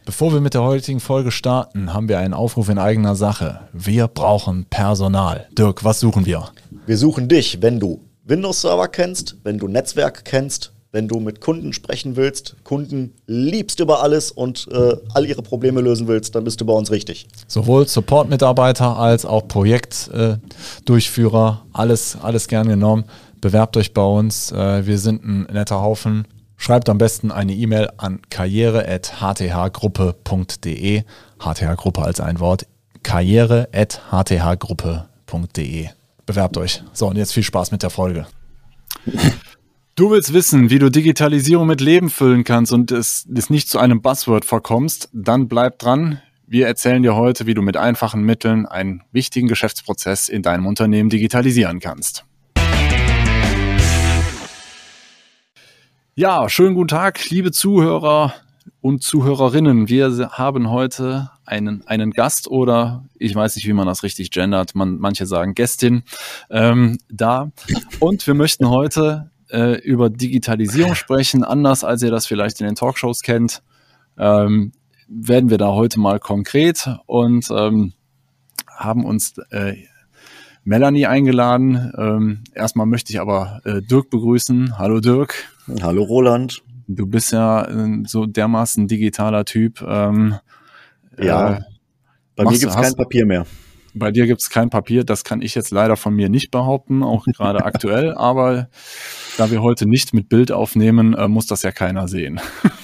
Bevor wir mit der heutigen Folge starten, haben wir einen Aufruf in eigener Sache. Wir brauchen Personal. Dirk, was suchen wir? Wir suchen dich, wenn du Windows-Server kennst, wenn du Netzwerk kennst, wenn du mit Kunden sprechen willst, Kunden liebst über alles und all ihre Probleme lösen willst, dann bist du bei uns richtig. Sowohl Support-Mitarbeiter als auch Projektdurchführer, alles gern genommen. Bewerbt euch bei uns, wir sind ein netter Haufen. Schreibt am besten eine E-Mail an karriere@hthgruppe.de. HTH-Gruppe als ein Wort. karriere@hthgruppe.de. Bewerbt euch. So, und jetzt viel Spaß mit der Folge. Du willst wissen, wie du Digitalisierung mit Leben füllen kannst und es nicht zu einem Buzzword verkommst, dann bleib dran. Wir erzählen dir heute, wie du mit einfachen Mitteln einen wichtigen Geschäftsprozess in deinem Unternehmen digitalisieren kannst. Ja, schönen guten Tag, liebe Zuhörer und Zuhörerinnen. Wir haben heute einen Gast oder ich weiß nicht, wie man das richtig gendert. Manche sagen Gästin da. Und wir möchten heute über Digitalisierung sprechen. Anders als ihr das vielleicht in den Talkshows kennt, werden wir da heute mal konkret und haben uns Melanie eingeladen. Erstmal möchte ich aber Dirk begrüßen. Hallo Dirk. Hallo Roland. Du bist ja so dermaßen digitaler Typ. Bei mir gibt es kein Papier mehr. Bei dir gibt es kein Papier. Das kann ich jetzt leider von mir nicht behaupten, auch gerade aktuell. Aber da wir heute nicht mit Bild aufnehmen, muss das ja keiner sehen.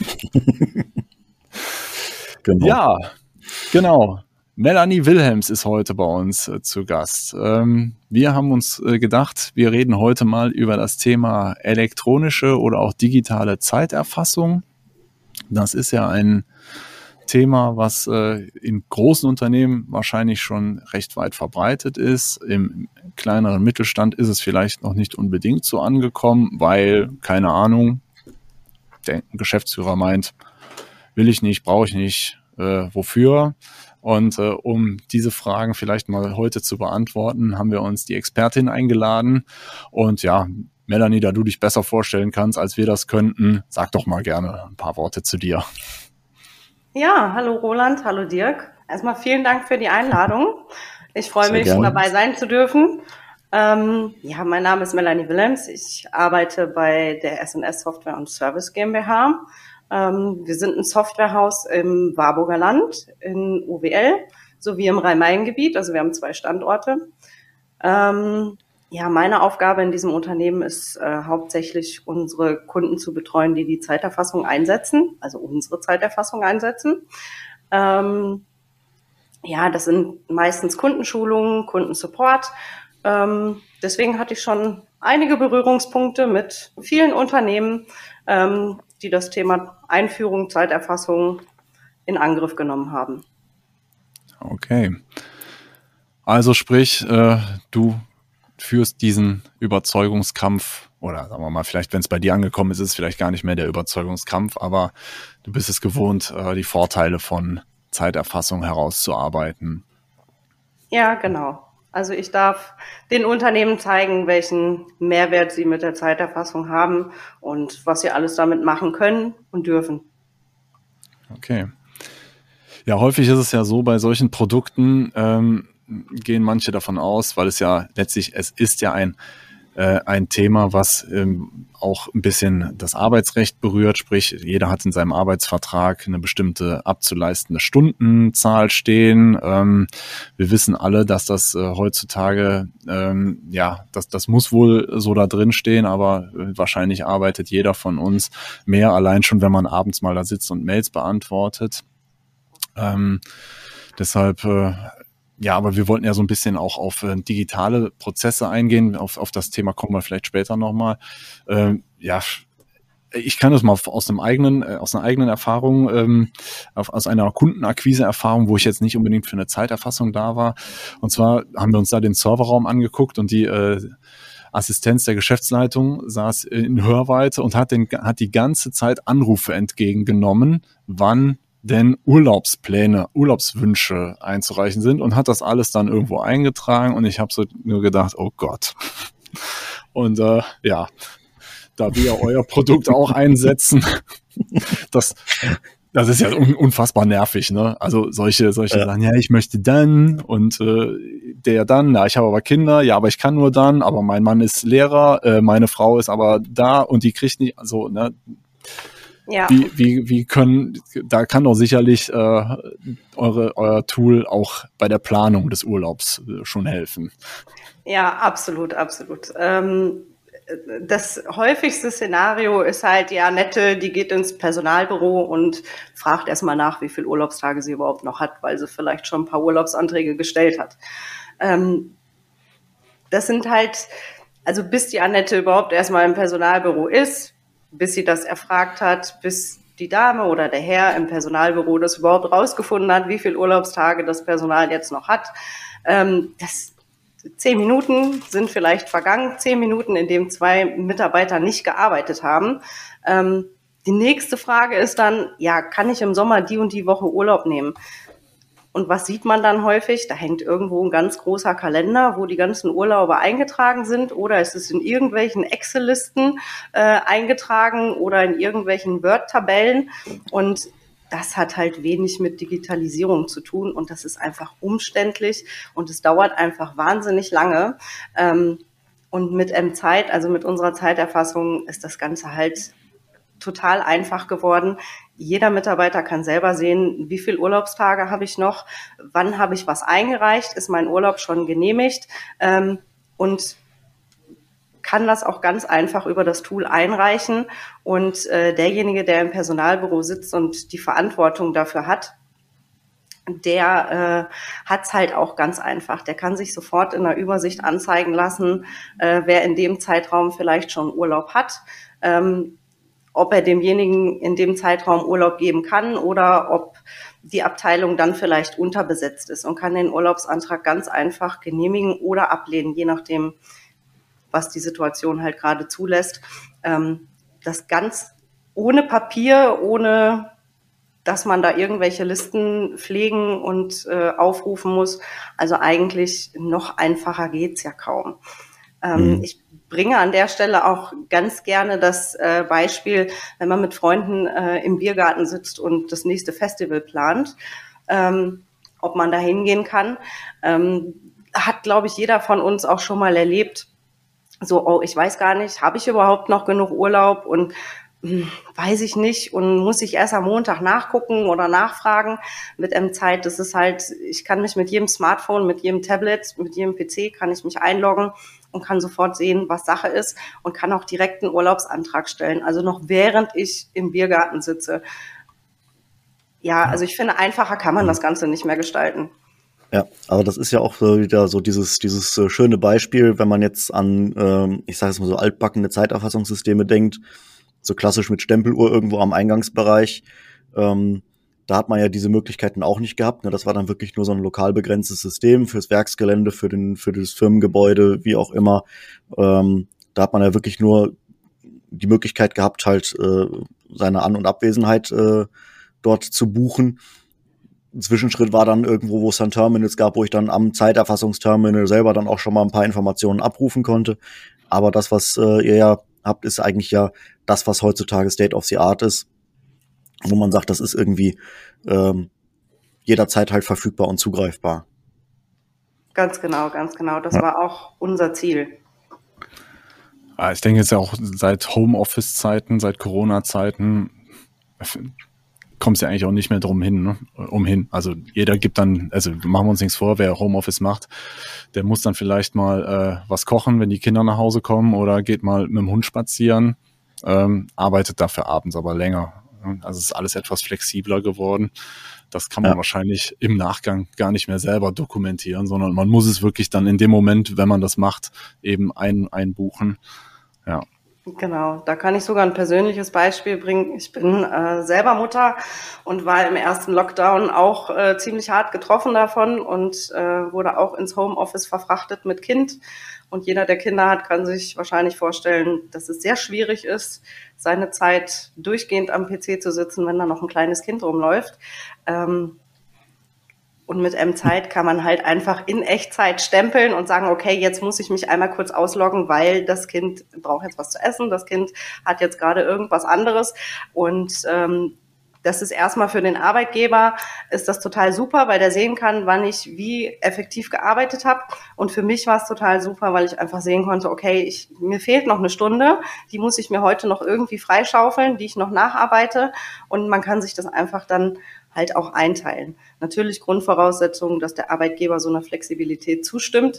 Genau. Ja, genau. Melanie Wilhelms ist heute bei uns zu Gast. Wir haben uns gedacht, wir reden heute mal über das Thema elektronische oder auch digitale Zeiterfassung. Das ist ja ein Thema, was in großen Unternehmen wahrscheinlich schon recht weit verbreitet ist. Im kleineren Mittelstand ist es vielleicht noch nicht unbedingt so angekommen, weil, keine Ahnung, der Geschäftsführer meint, will ich nicht, brauche ich nicht, wofür? Und um diese Fragen vielleicht mal heute zu beantworten, haben wir uns die Expertin eingeladen. Und ja, Melanie, da du dich besser vorstellen kannst, als wir das könnten, sag doch mal gerne ein paar Worte zu dir. Ja, hallo Roland, hallo Dirk. Erstmal vielen Dank für die Einladung. Ich freue mich, dabei sein zu dürfen. Mein Name ist Melanie Wilhelms. Ich arbeite bei der S&S Software und Service GmbH. Wir sind ein Softwarehaus im Warburger Land, in UWL, sowie im Rhein-Main-Gebiet. Also wir haben 2 Standorte. Meine Aufgabe in diesem Unternehmen ist hauptsächlich unsere Kunden zu betreuen, die Zeiterfassung einsetzen, also unsere Zeiterfassung einsetzen. Das sind meistens Kundenschulungen, Kundensupport. Deswegen hatte ich schon einige Berührungspunkte mit vielen Unternehmen, die das Thema Einführung, Zeiterfassung in Angriff genommen haben. Okay. Also sprich, du führst diesen Überzeugungskampf, oder sagen wir mal, vielleicht, wenn es bei dir angekommen ist, ist es vielleicht gar nicht mehr der Überzeugungskampf, aber du bist es gewohnt, die Vorteile von Zeiterfassung herauszuarbeiten. Ja, genau. Also ich darf den Unternehmen zeigen, welchen Mehrwert sie mit der Zeiterfassung haben und was sie alles damit machen können und dürfen. Okay. Ja, häufig ist es ja so, bei solchen Produkten gehen manche davon aus, weil es ja letztlich, es ist ja ein Thema, was auch ein bisschen das Arbeitsrecht berührt, sprich jeder hat in seinem Arbeitsvertrag eine bestimmte abzuleistende Stundenzahl stehen. Wir wissen alle, dass das heutzutage, das muss wohl so da drin stehen, aber wahrscheinlich arbeitet jeder von uns mehr, allein schon, wenn man abends mal da sitzt und Mails beantwortet. Deshalb aber wir wollten ja so ein bisschen auch auf digitale Prozesse eingehen. Auf das Thema kommen wir vielleicht später nochmal. Ich kann das mal aus einer eigenen Erfahrung, aus einer Kundenakquise-Erfahrung, wo ich jetzt nicht unbedingt für eine Zeiterfassung da war. Und zwar haben wir uns da den Serverraum angeguckt und die Assistenz der Geschäftsleitung saß in Hörweite und hat die ganze Zeit Anrufe entgegengenommen, wann denn Urlaubspläne, Urlaubswünsche einzureichen sind und hat das alles dann irgendwo eingetragen und ich habe so nur gedacht, oh Gott. Und da wir euer Produkt auch einsetzen, das Das ist ja unfassbar nervig, ne? Also solche Sachen, ja, ich möchte dann und der dann, na, ich habe aber Kinder, ja, aber ich kann nur dann, aber mein Mann ist Lehrer, meine Frau ist aber da und die kriegt nicht, so, ne? Ja. Da kann doch sicherlich euer Tool auch bei der Planung des Urlaubs schon helfen. Ja, absolut. Das häufigste Szenario ist halt, ja, Annette, die geht ins Personalbüro und fragt erstmal nach, wie viele Urlaubstage sie überhaupt noch hat, weil sie vielleicht schon ein paar Urlaubsanträge gestellt hat. Das sind halt, also bis die Annette überhaupt erstmal im Personalbüro ist, bis sie das erfragt hat, bis die Dame oder der Herr im Personalbüro das überhaupt rausgefunden hat, wie viele Urlaubstage das Personal jetzt noch hat. 10 Minuten sind vielleicht vergangen, 10 Minuten, in denen 2 Mitarbeiter nicht gearbeitet haben. Die nächste Frage ist dann, ja, kann ich im Sommer die und die Woche Urlaub nehmen? Und was sieht man dann häufig? Da hängt irgendwo ein ganz großer Kalender, wo die ganzen Urlaube eingetragen sind, oder es ist in irgendwelchen Excel-Listen eingetragen oder in irgendwelchen Word-Tabellen. Und das hat halt wenig mit Digitalisierung zu tun und das ist einfach umständlich und es dauert einfach wahnsinnig lange. Und mit M-Zeit, also mit unserer Zeiterfassung, ist das Ganze halt total einfach geworden. Jeder Mitarbeiter kann selber sehen, wie viele Urlaubstage habe ich noch, wann habe ich was eingereicht, ist mein Urlaub schon genehmigt und kann das auch ganz einfach über das Tool einreichen. Und derjenige, der im Personalbüro sitzt und die Verantwortung dafür hat, der hat es halt auch ganz einfach. Der kann sich sofort in der Übersicht anzeigen lassen, wer in dem Zeitraum vielleicht schon Urlaub hat, ob er demjenigen in dem Zeitraum Urlaub geben kann oder ob die Abteilung dann vielleicht unterbesetzt ist und kann den Urlaubsantrag ganz einfach genehmigen oder ablehnen, je nachdem, was die Situation halt gerade zulässt. Das ganz ohne Papier, ohne dass man da irgendwelche Listen pflegen und aufrufen muss. Also eigentlich noch einfacher geht's ja kaum. Ich bringe an der Stelle auch ganz gerne das Beispiel, wenn man mit Freunden im Biergarten sitzt und das nächste Festival plant, ob man da hingehen kann. Hat, glaube ich, jeder von uns auch schon mal erlebt. So, oh, ich weiß gar nicht, habe ich überhaupt noch genug Urlaub und weiß ich nicht und muss ich erst am Montag nachgucken oder nachfragen. Mit M-Zeit, das ist halt, ich kann mich mit jedem Smartphone, mit jedem Tablet, mit jedem PC kann ich mich einloggen und kann sofort sehen, was Sache ist und kann auch direkt einen Urlaubsantrag stellen. Also noch während ich im Biergarten sitze. Ja, also ich finde, einfacher kann man das Ganze nicht mehr gestalten. Ja, aber das ist ja auch wieder so dieses schöne Beispiel, wenn man jetzt an, ich sage jetzt mal so altbackene Zeiterfassungssysteme denkt, so klassisch mit Stempeluhr irgendwo am Eingangsbereich. Da hat man ja diese Möglichkeiten auch nicht gehabt. Ne? Das war dann wirklich nur so ein lokal begrenztes System fürs Werksgelände, für das Firmengebäude, wie auch immer. Da hat man ja wirklich nur die Möglichkeit gehabt, halt seine An- und Abwesenheit dort zu buchen. Ein Zwischenschritt war dann irgendwo, wo es dann Terminals gab, wo ich dann am Zeiterfassungsterminal selber dann auch schon mal ein paar Informationen abrufen konnte. Aber das, was ihr ja habt, ist eigentlich ja das, was heutzutage State of the Art ist, wo man sagt, das ist irgendwie jederzeit halt verfügbar und zugreifbar. Ganz genau. Das war auch unser Ziel. Ich denke jetzt ja auch seit Homeoffice-Zeiten, seit Corona-Zeiten kommst ja eigentlich auch nicht mehr drum hin, ne? Umhin. Also jeder gibt dann, also machen wir uns nichts vor, wer Homeoffice macht, der muss dann vielleicht mal was kochen, wenn die Kinder nach Hause kommen oder geht mal mit dem Hund spazieren, arbeitet dafür abends aber länger. Also es ist alles etwas flexibler geworden. Das kann man wahrscheinlich im Nachgang gar nicht mehr selber dokumentieren, sondern man muss es wirklich dann in dem Moment, wenn man das macht, eben einbuchen. Ja. Genau, da kann ich sogar ein persönliches Beispiel bringen. Ich bin selber Mutter und war im ersten Lockdown auch ziemlich hart getroffen davon und wurde auch ins Homeoffice verfrachtet mit Kind. Und jeder, der Kinder hat, kann sich wahrscheinlich vorstellen, dass es sehr schwierig ist, seine Zeit durchgehend am PC zu sitzen, wenn da noch ein kleines Kind rumläuft. Und mit M-Zeit kann man halt einfach in Echtzeit stempeln und sagen, okay, jetzt muss ich mich einmal kurz ausloggen, weil das Kind braucht jetzt was zu essen, das Kind hat jetzt gerade irgendwas anderes. Und das ist erstmal für den Arbeitgeber, ist das total super, weil der sehen kann, wann ich wie effektiv gearbeitet habe. Und für mich war es total super, weil ich einfach sehen konnte, okay, mir fehlt noch eine Stunde, die muss ich mir heute noch irgendwie freischaufeln, die ich noch nacharbeite. Und man kann sich das einfach dann halt auch einteilen. Natürlich Grundvoraussetzung, dass der Arbeitgeber so einer Flexibilität zustimmt.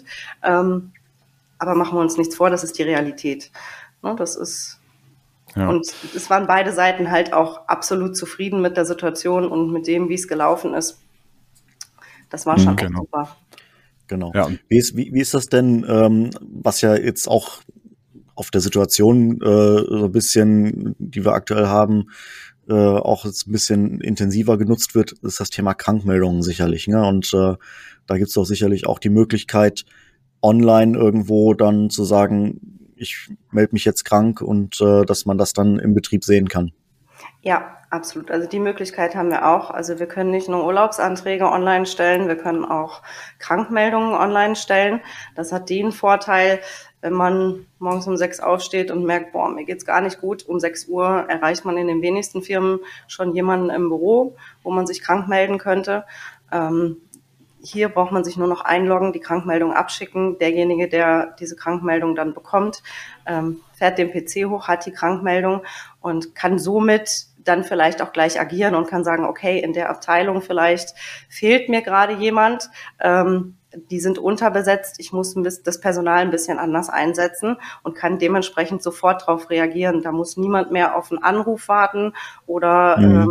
Aber machen wir uns nichts vor, das ist die Realität. Ne, das ist... Ja. Und es waren beide Seiten halt auch absolut zufrieden mit der Situation und mit dem, wie es gelaufen ist. Das war schon echt super. Genau. Ja. Wie ist das denn, was ja jetzt auch auf der Situation so ein bisschen, die wir aktuell haben, auch jetzt ein bisschen intensiver genutzt wird, ist das Thema Krankmeldungen sicherlich. Ne? Und da gibt es doch sicherlich auch die Möglichkeit, online irgendwo dann zu sagen, ich melde mich jetzt krank und dass man das dann im Betrieb sehen kann. Ja, absolut. Also die Möglichkeit haben wir auch. Also wir können nicht nur Urlaubsanträge online stellen, wir können auch Krankmeldungen online stellen. Das hat den Vorteil, wenn man morgens um 6 aufsteht und merkt, boah, mir geht's gar nicht gut. Um 6 Uhr erreicht man in den wenigsten Firmen schon jemanden im Büro, wo man sich krank melden könnte. Hier braucht man sich nur noch einloggen, die Krankmeldung abschicken. Derjenige, der diese Krankmeldung dann bekommt, fährt den PC hoch, hat die Krankmeldung und kann somit dann vielleicht auch gleich agieren und kann sagen, okay, in der Abteilung vielleicht fehlt mir gerade jemand, die sind unterbesetzt, ich muss das Personal ein bisschen anders einsetzen und kann dementsprechend sofort darauf reagieren. Da muss niemand mehr auf einen Anruf warten oder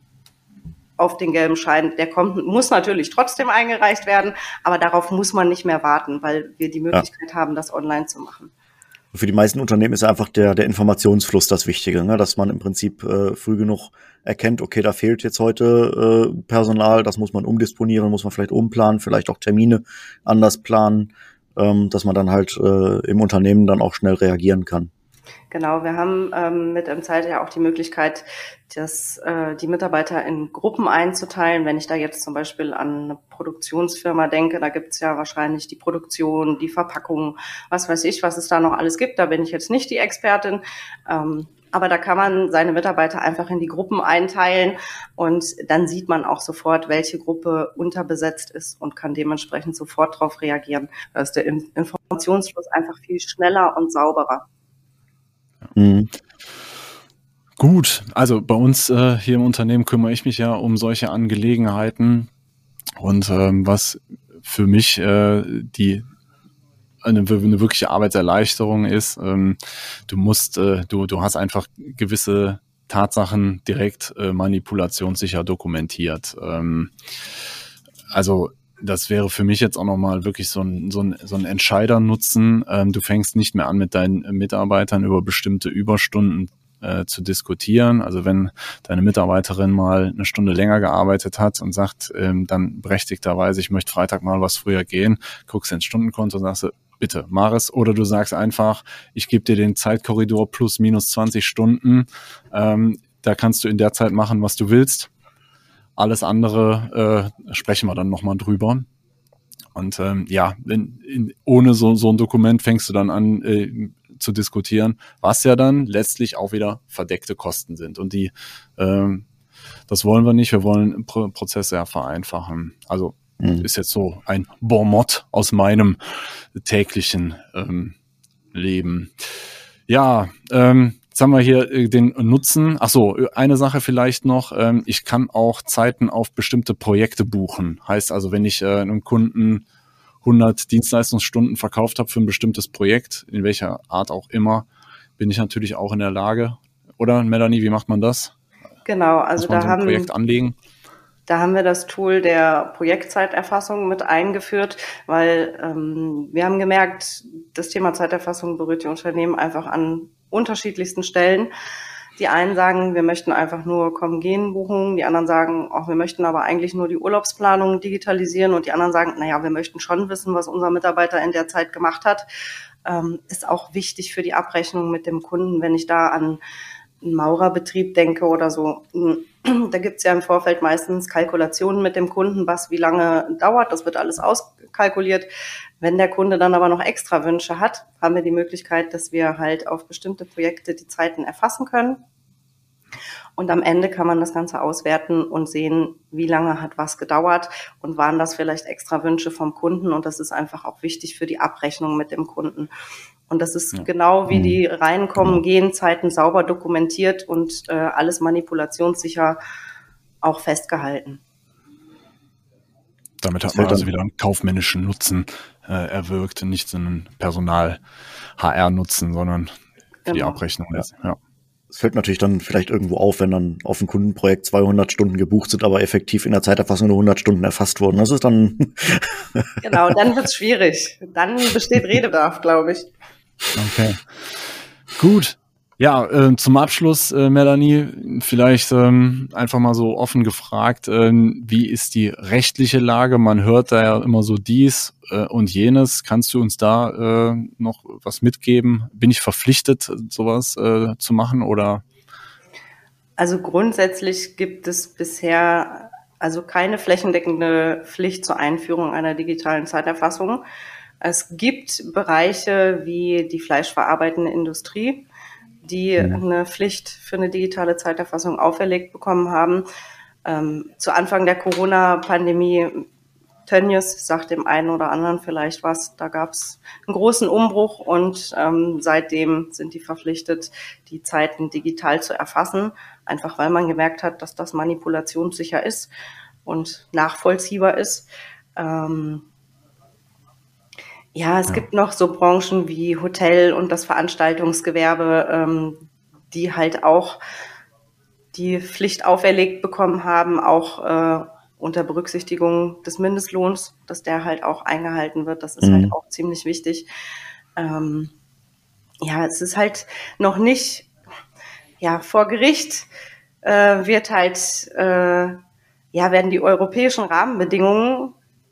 auf den gelben Schein, der muss natürlich trotzdem eingereicht werden, aber darauf muss man nicht mehr warten, weil wir die Möglichkeit haben, das online zu machen. Für die meisten Unternehmen ist einfach der Informationsfluss das Wichtige, ne? Dass man im Prinzip früh genug erkennt, okay, da fehlt jetzt heute Personal, das muss man umdisponieren, muss man vielleicht umplanen, vielleicht auch Termine anders planen, dass man dann halt im Unternehmen dann auch schnell reagieren kann. Genau, wir haben mit M-Zeit ja auch die Möglichkeit, die Mitarbeiter in Gruppen einzuteilen. Wenn ich da jetzt zum Beispiel an eine Produktionsfirma denke, da gibt's ja wahrscheinlich die Produktion, die Verpackung, was weiß ich, was es da noch alles gibt. Da bin ich jetzt nicht die Expertin. Aber da kann man seine Mitarbeiter einfach in die Gruppen einteilen und dann sieht man auch sofort, welche Gruppe unterbesetzt ist und kann dementsprechend sofort darauf reagieren. Da ist der Informationsfluss einfach viel schneller und sauberer. Mhm. Gut, also bei uns hier im Unternehmen kümmere ich mich ja um solche Angelegenheiten und was für mich eine wirkliche Arbeitserleichterung ist, du hast einfach gewisse Tatsachen direkt manipulationssicher dokumentiert. Also das wäre für mich jetzt auch nochmal wirklich so ein Entscheidernutzen. Du fängst nicht mehr an, mit deinen Mitarbeitern über bestimmte Überstunden zu diskutieren. Also wenn deine Mitarbeiterin mal eine Stunde länger gearbeitet hat und sagt, dann berechtigterweise, ich möchte Freitag mal was früher gehen, guckst ins Stundenkonto und sagst, bitte, mach es. Oder du sagst einfach, ich gebe dir den Zeitkorridor plus minus 20 Stunden. Da kannst du in der Zeit machen, was du willst. Alles andere sprechen wir dann nochmal drüber. Und ohne so ein Dokument fängst du dann an zu diskutieren, was ja dann letztlich auch wieder verdeckte Kosten sind. Und das wollen wir nicht. Wir wollen Prozesse ja vereinfachen. Also ist jetzt so ein Bonmot aus meinem täglichen Leben. Ja, jetzt haben wir hier den Nutzen. Ach so, eine Sache vielleicht noch. Ich kann auch Zeiten auf bestimmte Projekte buchen. Heißt also, wenn ich einem Kunden 100 Dienstleistungsstunden verkauft habe für ein bestimmtes Projekt, in welcher Art auch immer, bin ich natürlich auch in der Lage. Oder, Melanie, wie macht man das? Genau, also muss man so ein Projekt anlegen? Da haben wir das Tool der Projektzeiterfassung mit eingeführt, weil wir haben gemerkt, das Thema Zeiterfassung berührt die Unternehmen einfach an unterschiedlichsten Stellen. Die einen sagen, wir möchten einfach nur Kommen-Gehen-Buchungen, die anderen sagen, wir möchten aber eigentlich nur die Urlaubsplanung digitalisieren und die anderen sagen, wir möchten schon wissen, was unser Mitarbeiter in der Zeit gemacht hat. Ist auch wichtig für die Abrechnung mit dem Kunden, wenn ich da an einen Maurerbetrieb denke oder so. Da gibt's ja im Vorfeld meistens Kalkulationen mit dem Kunden, was wie lange dauert. Das wird alles auskalkuliert. Wenn der Kunde dann aber noch extra Wünsche hat, haben wir die Möglichkeit, dass wir halt auf bestimmte Projekte die Zeiten erfassen können. Und am Ende kann man das Ganze auswerten und sehen, wie lange hat was gedauert und waren das vielleicht extra Wünsche vom Kunden. Und das ist einfach auch wichtig für die Abrechnung mit dem Kunden. Und das ist genau wie die reinkommen, gehen Zeiten sauber dokumentiert und alles manipulationssicher auch festgehalten. Damit hat man also wieder einen kaufmännischen Nutzen erwirkt, nicht so einen Personal-HR-Nutzen, sondern für die Abrechnung. Ja. Es fällt natürlich dann vielleicht irgendwo auf, wenn dann auf ein Kundenprojekt 200 Stunden gebucht sind, aber effektiv in der Zeiterfassung nur 100 Stunden erfasst wurden. Das ist dann... Genau, dann wird's schwierig. Dann besteht Redebedarf, glaube ich. Okay, gut. Ja, zum Abschluss, Melanie, vielleicht einfach mal so offen gefragt, wie ist die rechtliche Lage? Man hört da ja immer so dies und jenes. Kannst du uns da noch was mitgeben? Bin ich verpflichtet, sowas zu machen oder? Also grundsätzlich gibt es bisher also keine flächendeckende Pflicht zur Einführung einer digitalen Zeiterfassung. Es gibt Bereiche wie die fleischverarbeitende Industrie, die eine Pflicht für eine digitale Zeiterfassung auferlegt bekommen haben. Zu Anfang der Corona-Pandemie, Tönnies sagt dem einen oder anderen vielleicht was, da gab es einen großen Umbruch und seitdem sind die verpflichtet, die Zeiten digital zu erfassen, einfach weil man gemerkt hat, dass das manipulationssicher ist und nachvollziehbar ist. Es gibt noch so Branchen wie Hotel und das Veranstaltungsgewerbe, die halt auch die Pflicht auferlegt bekommen haben, auch unter Berücksichtigung des Mindestlohns, dass der halt auch eingehalten wird. Das ist halt auch ziemlich wichtig. Es ist halt noch nicht, vor Gericht werden die europäischen Rahmenbedingungen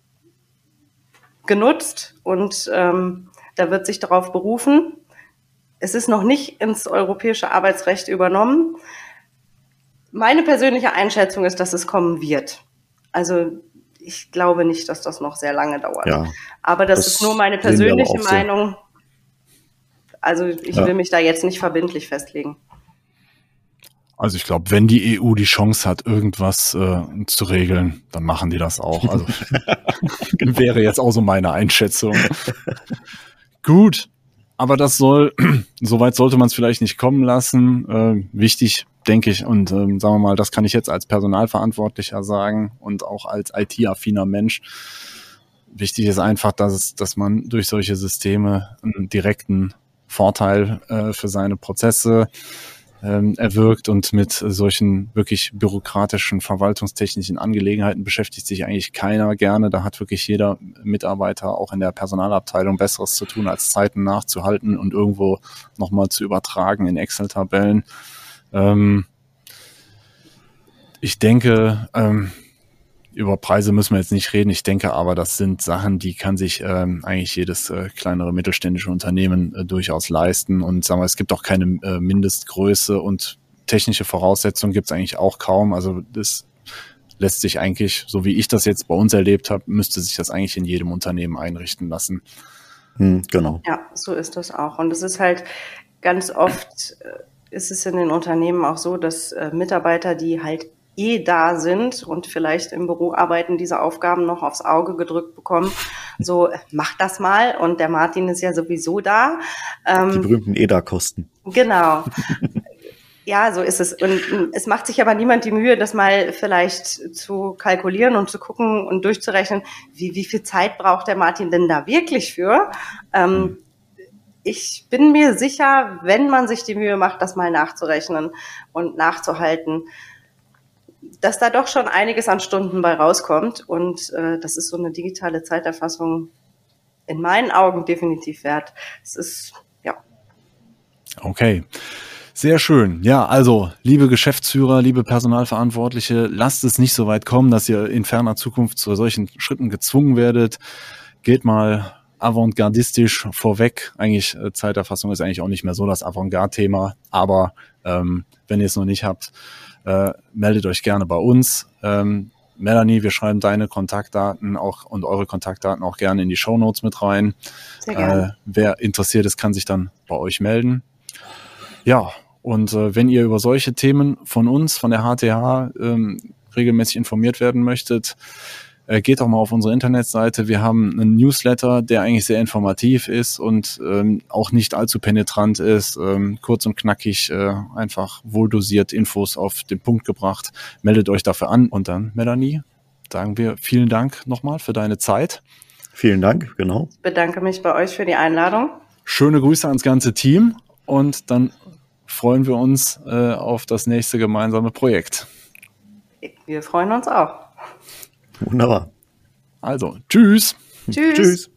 genutzt und da wird sich darauf berufen. Es ist noch nicht ins europäische Arbeitsrecht übernommen. Meine persönliche Einschätzung ist, dass es kommen wird. Also ich glaube nicht, dass das noch sehr lange dauert. Ja, aber das ist nur meine persönliche Meinung. Also ich will mich da jetzt nicht verbindlich festlegen. Also ich glaube, wenn die EU die Chance hat, irgendwas zu regeln, dann machen die das auch. Also wäre jetzt auch so meine Einschätzung. Gut, aber das soweit sollte man es vielleicht nicht kommen lassen. Wichtig, denke ich, und sagen wir mal, das kann ich jetzt als Personalverantwortlicher sagen und auch als IT-affiner Mensch. Wichtig ist einfach, dass man durch solche Systeme einen direkten Vorteil für seine Prozesse erwirkt, und mit solchen wirklich bürokratischen, verwaltungstechnischen Angelegenheiten beschäftigt sich eigentlich keiner gerne. Da hat wirklich jeder Mitarbeiter auch in der Personalabteilung Besseres zu tun, als Zeiten nachzuhalten und irgendwo nochmal zu übertragen in Excel-Tabellen. Ich denke, über Preise müssen wir jetzt nicht reden. Ich denke aber, das sind Sachen, die kann sich eigentlich jedes kleinere mittelständische Unternehmen durchaus leisten. Und sagen wir, es gibt auch keine Mindestgröße, und technische Voraussetzungen gibt es eigentlich auch kaum. Also das lässt sich eigentlich, so wie ich das jetzt bei uns erlebt habe, müsste sich das eigentlich in jedem Unternehmen einrichten lassen. Genau. Ja, so ist das auch. Und es ist halt ganz oft, ist es in den Unternehmen auch so, dass Mitarbeiter, die halt da sind und vielleicht im Büro arbeiten, diese Aufgaben noch aufs Auge gedrückt bekommen. So, mach das mal. Und der Martin ist ja sowieso da. Die berühmten EDA-Kosten. Genau. Ja, so ist es. Und es macht sich aber niemand die Mühe, das mal vielleicht zu kalkulieren und zu gucken und durchzurechnen, wie viel Zeit braucht der Martin denn da wirklich für? Ich bin mir sicher, wenn man sich die Mühe macht, das mal nachzurechnen und nachzuhalten, dass da doch schon einiges an Stunden bei rauskommt. Und das ist so eine digitale Zeiterfassung in meinen Augen definitiv wert. Es ist, ja. Okay. Sehr schön. Ja, also, liebe Geschäftsführer, liebe Personalverantwortliche, lasst es nicht so weit kommen, dass ihr in ferner Zukunft zu solchen Schritten gezwungen werdet. Geht mal avantgardistisch vorweg. Eigentlich, Zeiterfassung ist eigentlich auch nicht mehr so das Avantgarde-Thema. Aber wenn ihr es noch nicht habt, meldet euch gerne bei uns. Melanie, wir schreiben deine Kontaktdaten auch und eure Kontaktdaten auch gerne in die Shownotes mit rein. Sehr gerne. Wer interessiert ist, kann sich dann bei euch melden. Ja, Und wenn ihr über solche Themen von uns, von der HTH, regelmäßig informiert werden möchtet, geht doch mal auf unsere Internetseite. Wir haben einen Newsletter, der eigentlich sehr informativ ist und auch nicht allzu penetrant ist. Kurz und knackig, einfach wohldosiert Infos auf den Punkt gebracht. Meldet euch dafür an. Und dann, Melanie, sagen wir vielen Dank nochmal für deine Zeit. Vielen Dank, genau. Ich bedanke mich bei euch für die Einladung. Schöne Grüße ans ganze Team und dann freuen wir uns auf das nächste gemeinsame Projekt. Wir freuen uns auch. Wunderbar. Also, tschüss. Tschüss.